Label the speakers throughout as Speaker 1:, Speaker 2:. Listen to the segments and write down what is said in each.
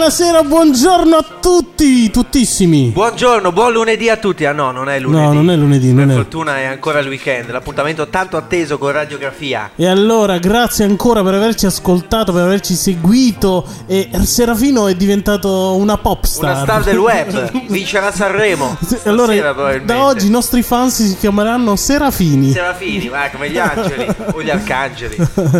Speaker 1: Buonasera, buongiorno a tutti, tuttissimi.
Speaker 2: Buongiorno, buon lunedì a tutti. Ah no, non è lunedì.
Speaker 1: No, non è lunedì.
Speaker 2: Per fortuna è ancora il weekend, l'appuntamento tanto atteso con Radiografia.
Speaker 1: E allora, grazie ancora per averci ascoltato, per averci seguito. E Serafino è diventato una popstar.
Speaker 2: Una star del web, vincerà Sanremo.
Speaker 1: Allora, da oggi i nostri fan si chiameranno Serafini.
Speaker 2: Serafini, va, come gli angeli o gli arcangeli.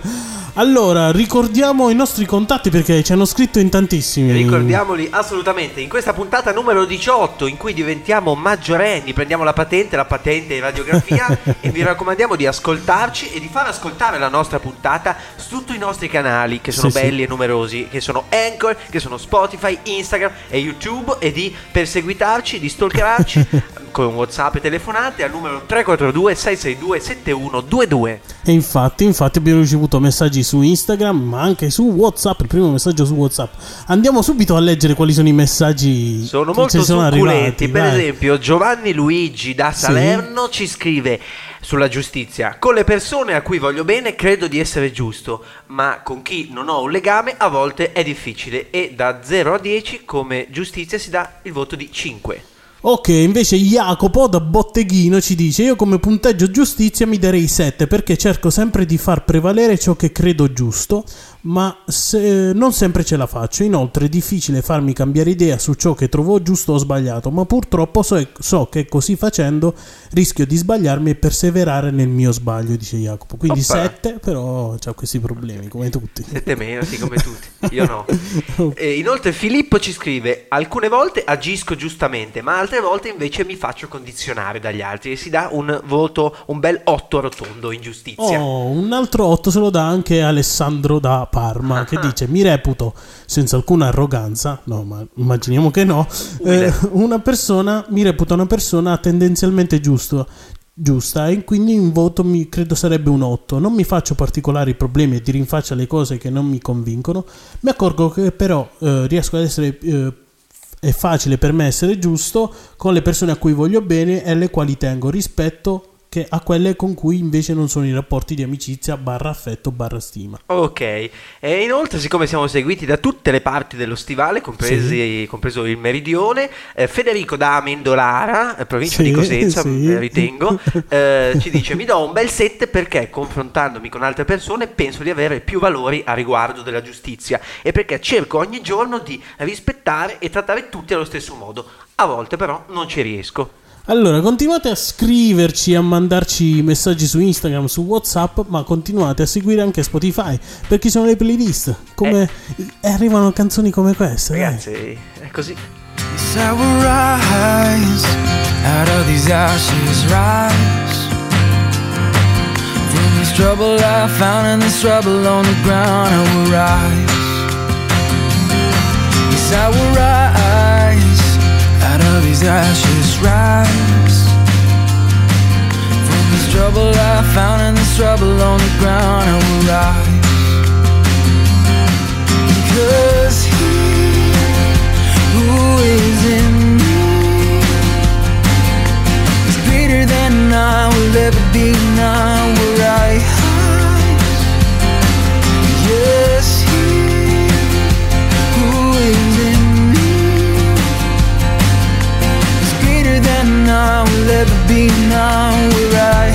Speaker 1: Allora, ricordiamo i nostri contatti perché ci hanno scritto in tantissimi.
Speaker 2: Ricordiamoli assolutamente. In questa puntata numero 18, in cui diventiamo maggiorenni, prendiamo la patente di Radiografia e vi raccomandiamo di ascoltarci e di far ascoltare la nostra puntata su tutti i nostri canali, che sono belli e numerosi, che sono Anchor, che sono Spotify, Instagram e YouTube, e di perseguitarci, di stalkerarci con WhatsApp e telefonate al numero 342 662 7122.
Speaker 1: E infatti abbiamo ricevuto messaggi su Instagram, ma anche su WhatsApp. Il primo messaggio su WhatsApp. Andiamo subito a leggere quali sono i messaggi.
Speaker 2: Sono molto succulenti. Per esempio, Giovanni Luigi da Salerno ci scrive sulla giustizia: con le persone a cui voglio bene credo di essere giusto, ma con chi non ho un legame a volte è difficile, e da 0 a 10 come giustizia si dà il voto di 5.
Speaker 1: Ok, invece Jacopo da Botteghino ci dice: io come punteggio giustizia mi darei 7 perché cerco sempre di far prevalere ciò che credo giusto, ma non sempre ce la faccio. Inoltre è difficile farmi cambiare idea su ciò che trovo giusto o sbagliato, ma purtroppo so che così facendo rischio di sbagliarmi e perseverare nel mio sbaglio, dice Jacopo. Quindi 7, però c'ha questi problemi come tutti.
Speaker 2: 7 meno, sì, come tutti. Io no. Inoltre Filippo ci scrive: alcune volte agisco giustamente, ma altre volte invece mi faccio condizionare dagli altri, e si dà un voto, un bel 8 rotondo in giustizia.
Speaker 1: Un altro 8 se lo dà anche Alessandro da Parma, che dice: mi reputo senza alcuna arroganza, no, ma immaginiamo che no, mi reputo una persona tendenzialmente giusta, e quindi in voto credo sarebbe un 8. Non mi faccio particolari problemi e di rinfaccia le cose che non mi convincono. Mi accorgo che però riesco ad essere è facile per me essere giusto con le persone a cui voglio bene e alle quali tengo rispetto, che a quelle con cui invece non sono i rapporti di amicizia / affetto / stima.
Speaker 2: Ok, e inoltre, siccome siamo seguiti da tutte le parti dello stivale, compreso il meridione, Federico da Amendolara, provincia di Cosenza, ritengo, ci dice: mi do un bel 7 perché confrontandomi con altre persone penso di avere più valori a riguardo della giustizia, e perché cerco ogni giorno di rispettare e trattare tutti allo stesso modo. A volte però non ci riesco.
Speaker 1: Allora, continuate a scriverci, a mandarci messaggi su Instagram, su WhatsApp, ma continuate a seguire anche Spotify, perché ci sono le playlist, e arrivano canzoni come queste.
Speaker 2: Ragazzi, è così.
Speaker 3: These ashes rise from this trouble I found, and this trouble on the ground. I will rise because He who is in me is greater than I will ever be. Now will rise. Yes, He who is in than I will ever be. Now we're right.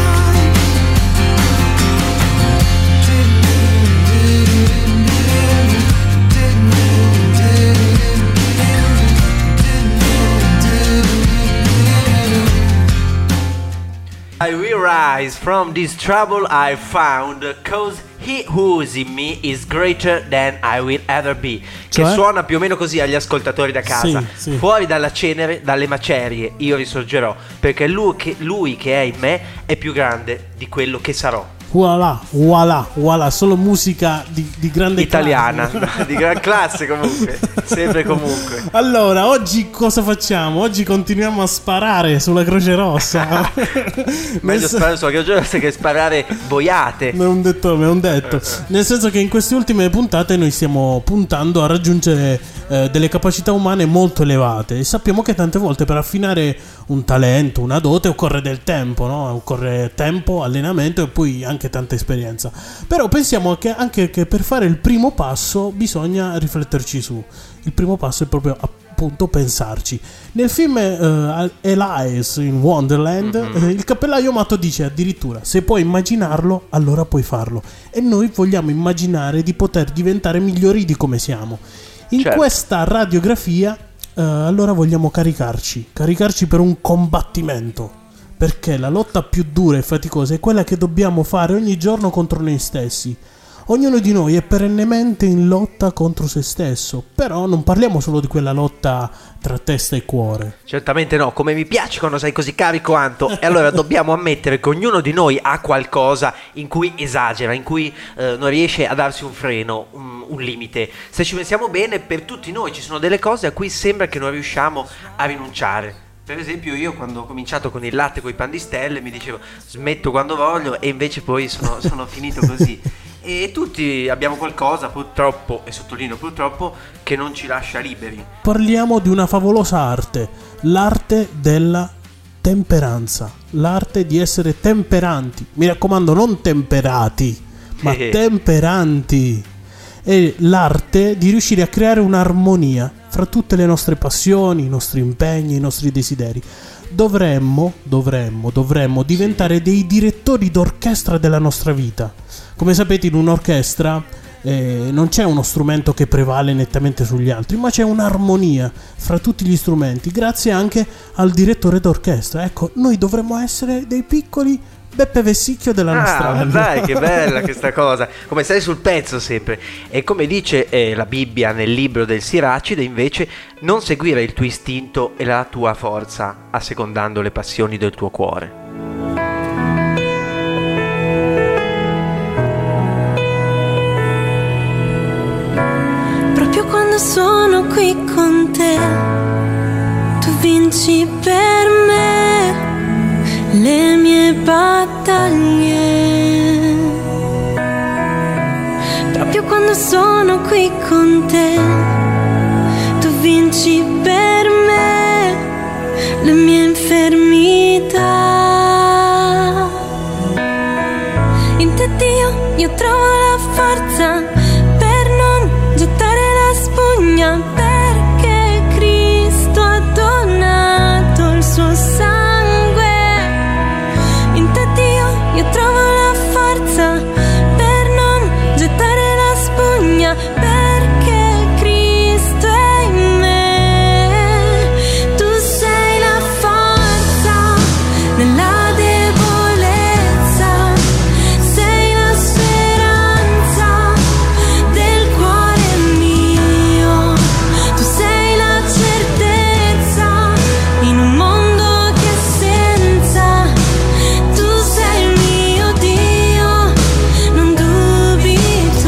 Speaker 2: I will rise from this trouble I found, cause He who is in me is greater than I will ever be. Che suona più o meno così agli ascoltatori da casa.
Speaker 1: Sì.
Speaker 2: Fuori dalla cenere, dalle macerie, io risorgerò, perché lui che è in me è più grande di quello che sarò.
Speaker 1: Voilà, solo musica di grande
Speaker 2: italiana,
Speaker 1: classe.
Speaker 2: Di gran classe comunque, sempre comunque.
Speaker 1: Allora, oggi cosa facciamo? Oggi continuiamo a sparare sulla Croce Rossa.
Speaker 2: Meglio sparare sulla Croce Rossa che sparare boiate.
Speaker 1: Mi è un detto. Nel senso che in queste ultime puntate noi stiamo puntando a raggiungere delle capacità umane molto elevate, e sappiamo che tante volte per affinare un talento, una dote, occorre del tempo, no? Occorre tempo, allenamento e poi anche tanta esperienza. Però pensiamo che anche che per fare il primo passo bisogna rifletterci su. Il primo passo è proprio appunto pensarci. Nel film Alice in Wonderland, il cappellaio matto dice addirittura: se puoi immaginarlo, allora puoi farlo. E noi vogliamo immaginare di poter diventare migliori di come siamo. In questa radiografia allora vogliamo caricarci per un combattimento, perché la lotta più dura e faticosa è quella che dobbiamo fare ogni giorno contro noi stessi. Ognuno di noi è perennemente in lotta contro se stesso, però non parliamo solo di quella lotta tra testa e cuore.
Speaker 2: Certamente no, come mi piace quando sei così carico, Anto. E allora dobbiamo ammettere che ognuno di noi ha qualcosa in cui esagera, in cui non riesce a darsi un freno, un limite. Se ci pensiamo bene, per tutti noi ci sono delle cose a cui sembra che non riusciamo a rinunciare. Per esempio, io quando ho cominciato con il latte con i pan di stelle mi dicevo smetto quando voglio, e invece poi sono finito così. E tutti abbiamo qualcosa, purtroppo, e sottolineo purtroppo, che non ci lascia liberi.
Speaker 1: Parliamo di una favolosa arte, l'arte della temperanza, l'arte di essere temperanti. Mi raccomando, non temperati, ma temperanti. È l'arte di riuscire a creare un'armonia fra tutte le nostre passioni, i nostri impegni, i nostri desideri. Dovremmo diventare dei direttori d'orchestra della nostra vita. Come sapete, in un'orchestra non c'è uno strumento che prevale nettamente sugli altri, ma c'è un'armonia fra tutti gli strumenti, grazie anche al direttore d'orchestra. Ecco, noi dovremmo essere dei piccoli Beppe Vessicchio della nostra anima.
Speaker 2: Dai, che bella questa cosa, come sei sul pezzo sempre. E come dice la Bibbia nel libro del Siracide, invece, non seguire il tuo istinto e la tua forza, assecondando le passioni del tuo cuore.
Speaker 4: Proprio quando sono qui con te, tu vinci per me le mie battaglie. Proprio quando sono qui con te, tu vinci per me le mie infermità. In te, Dio, io trovo la forza per non gettare la spugna, perché Cristo ha donato il suo sangue. Io trovo la forza per non gettare la spugna, perché Cristo è in me. Tu sei la forza nella debolezza, sei la speranza del cuore mio. Tu sei la certezza in un mondo che è senza. Tu sei il mio Dio, non dubito.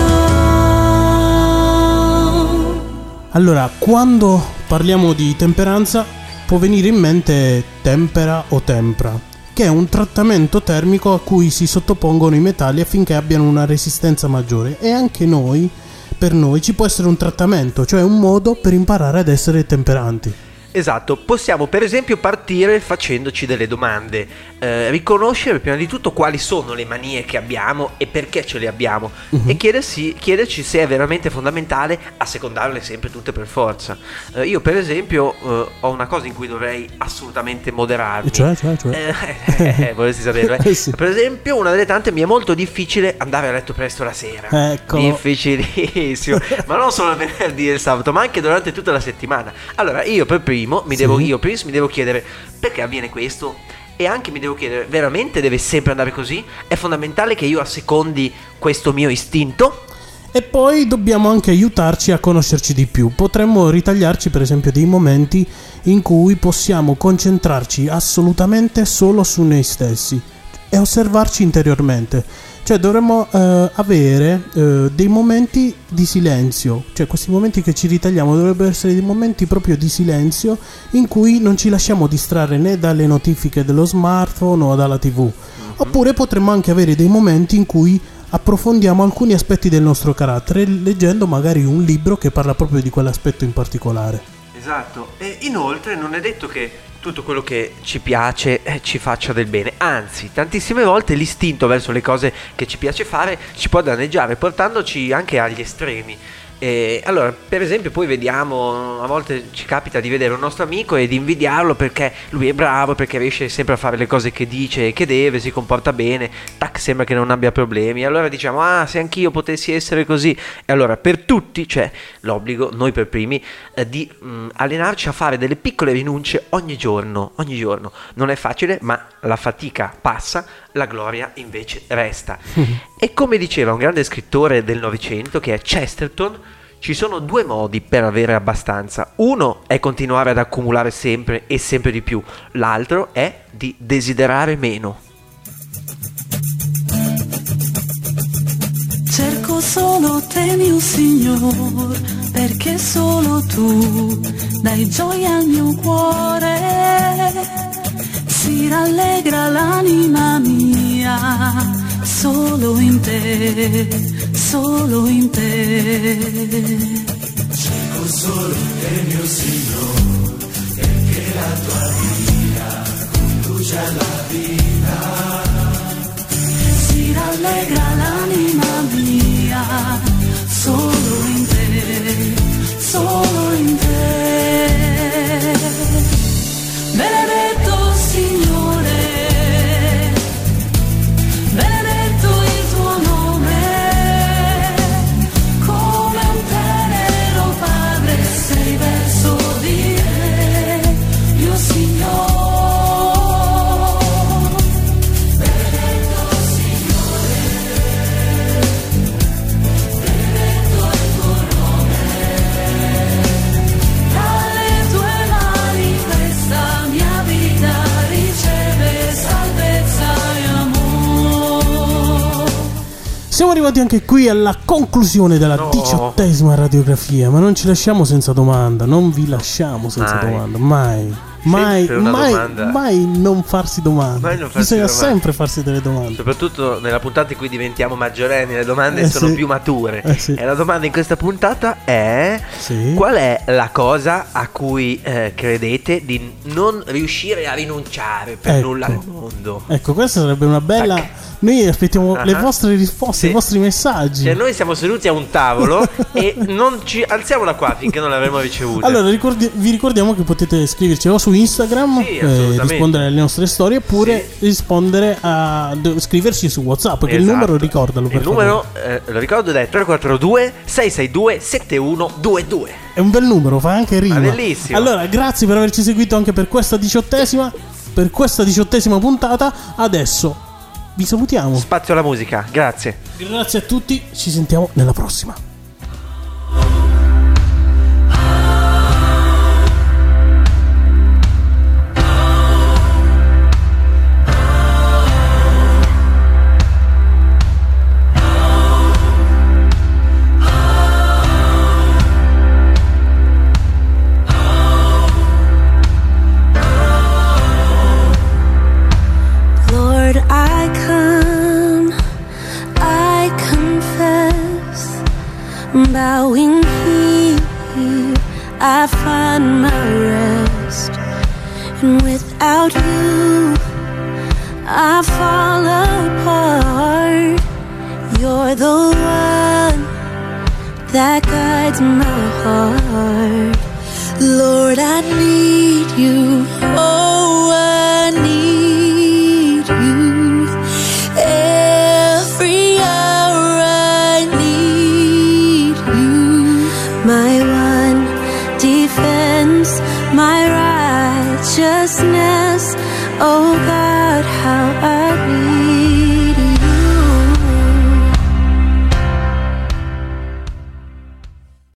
Speaker 1: Allora, quando parliamo di temperanza può venire in mente tempera o tempra, che è un trattamento termico a cui si sottopongono i metalli affinché abbiano una resistenza maggiore. E anche noi, per noi, ci può essere un trattamento, cioè un modo per imparare ad essere temperanti.
Speaker 2: Esatto, possiamo per esempio partire facendoci delle domande, riconoscere prima di tutto quali sono le manie che abbiamo e perché ce le abbiamo, e chiederci se è veramente fondamentale assecondarle sempre tutte per forza. Io per esempio ho una cosa in cui dovrei assolutamente moderarmi.
Speaker 1: Cioè?
Speaker 2: Vorresti saperlo,
Speaker 1: Sì.
Speaker 2: Per esempio, una delle tante, mi è molto difficile andare a letto presto la sera.
Speaker 1: Ecco.
Speaker 2: Difficilissimo. Ma non solo il venerdì e il sabato, ma anche durante tutta la settimana. Allora io per primo mi devo chiedere perché avviene questo, e anche mi devo chiedere: veramente deve sempre andare così? È fondamentale che io assecondi questo mio istinto?
Speaker 1: E poi dobbiamo anche aiutarci a conoscerci di più. Potremmo ritagliarci per esempio dei momenti in cui possiamo concentrarci assolutamente solo su noi stessi e osservarci interiormente. Cioè dovremmo avere dei momenti di silenzio. Cioè questi momenti che ci ritagliamo dovrebbero essere dei momenti proprio di silenzio, in cui non ci lasciamo distrarre né dalle notifiche dello smartphone o dalla TV. Oppure potremmo anche avere dei momenti in cui approfondiamo alcuni aspetti del nostro carattere leggendo magari un libro che parla proprio di quell'aspetto in particolare.
Speaker 2: Esatto, e inoltre non è detto che tutto quello che ci piace ci faccia del bene, anzi tantissime volte l'istinto verso le cose che ci piace fare ci può danneggiare, portandoci anche agli estremi. Allora, per esempio, poi vediamo, a volte ci capita di vedere un nostro amico e di invidiarlo perché lui è bravo, perché riesce sempre a fare le cose che dice e che deve, si comporta bene, tac, sembra che non abbia problemi. Allora diciamo, se anch'io potessi essere così. E allora per tutti c'è l'obbligo, noi per primi, di allenarci a fare delle piccole rinunce ogni giorno. Non è facile, ma la fatica passa, la gloria invece resta. E come diceva un grande scrittore del Novecento, che è Chesterton, ci sono due modi per avere abbastanza. Uno è continuare ad accumulare sempre e sempre di più, l'altro è di desiderare meno.
Speaker 5: Cerco solo te, mio Signor, perché solo tu dai gioia al mio cuore. Si rallegra l'anima mia, solo in te, solo in te.
Speaker 3: Cerco solo te, mio Signore, perché la tua via conduce alla vita.
Speaker 5: Si rallegra l'anima mia, solo in te, solo in te. Benedetto Signore, benedetto il tuo nome, come un tenero padre sei verso di me, mio Signore. Benedetto Signore, benedetto il tuo nome, dalle tue mani questa mia vita riceve salvezza e amore.
Speaker 1: Siamo arrivati anche qui alla conclusione della 18ª radiografia, ma non ci lasciamo senza domanda, non vi lasciamo senza domanda, mai non farsi domande. Bisogna sempre farsi delle domande.
Speaker 2: Soprattutto nella puntata in cui diventiamo maggiorenni, le domande sono più mature. E la domanda in questa puntata è: qual è la cosa a cui credete di non riuscire a rinunciare per nulla al mondo?
Speaker 1: Ecco, questa sarebbe una bella... Noi aspettiamo le vostre risposte, i vostri messaggi.
Speaker 2: Cioè, noi siamo seduti a un tavolo e non ci alziamo da qua finché non l'avremo ricevuta.
Speaker 1: Allora, vi ricordiamo che potete scriverci o su Instagram, rispondere alle nostre storie, oppure rispondere scriverci su WhatsApp. Perché il numero, ricordalo.
Speaker 2: Il numero, lo ricordo, è 342 662 7122.
Speaker 1: È un bel numero, fa anche rima.
Speaker 2: Bellissimo.
Speaker 1: Allora, grazie per averci seguito anche per questa 18ª. Per questa 18ª puntata. Adesso vi salutiamo.
Speaker 2: Spazio alla musica, grazie.
Speaker 1: Grazie a tutti, ci sentiamo nella prossima.
Speaker 4: Bowing here, I find my rest, and without you, I fall apart. You're the one that guides my heart. Lord, I need you. Oh, I need you. Every hour I need you. My one defense, my righteousness. Oh God, how I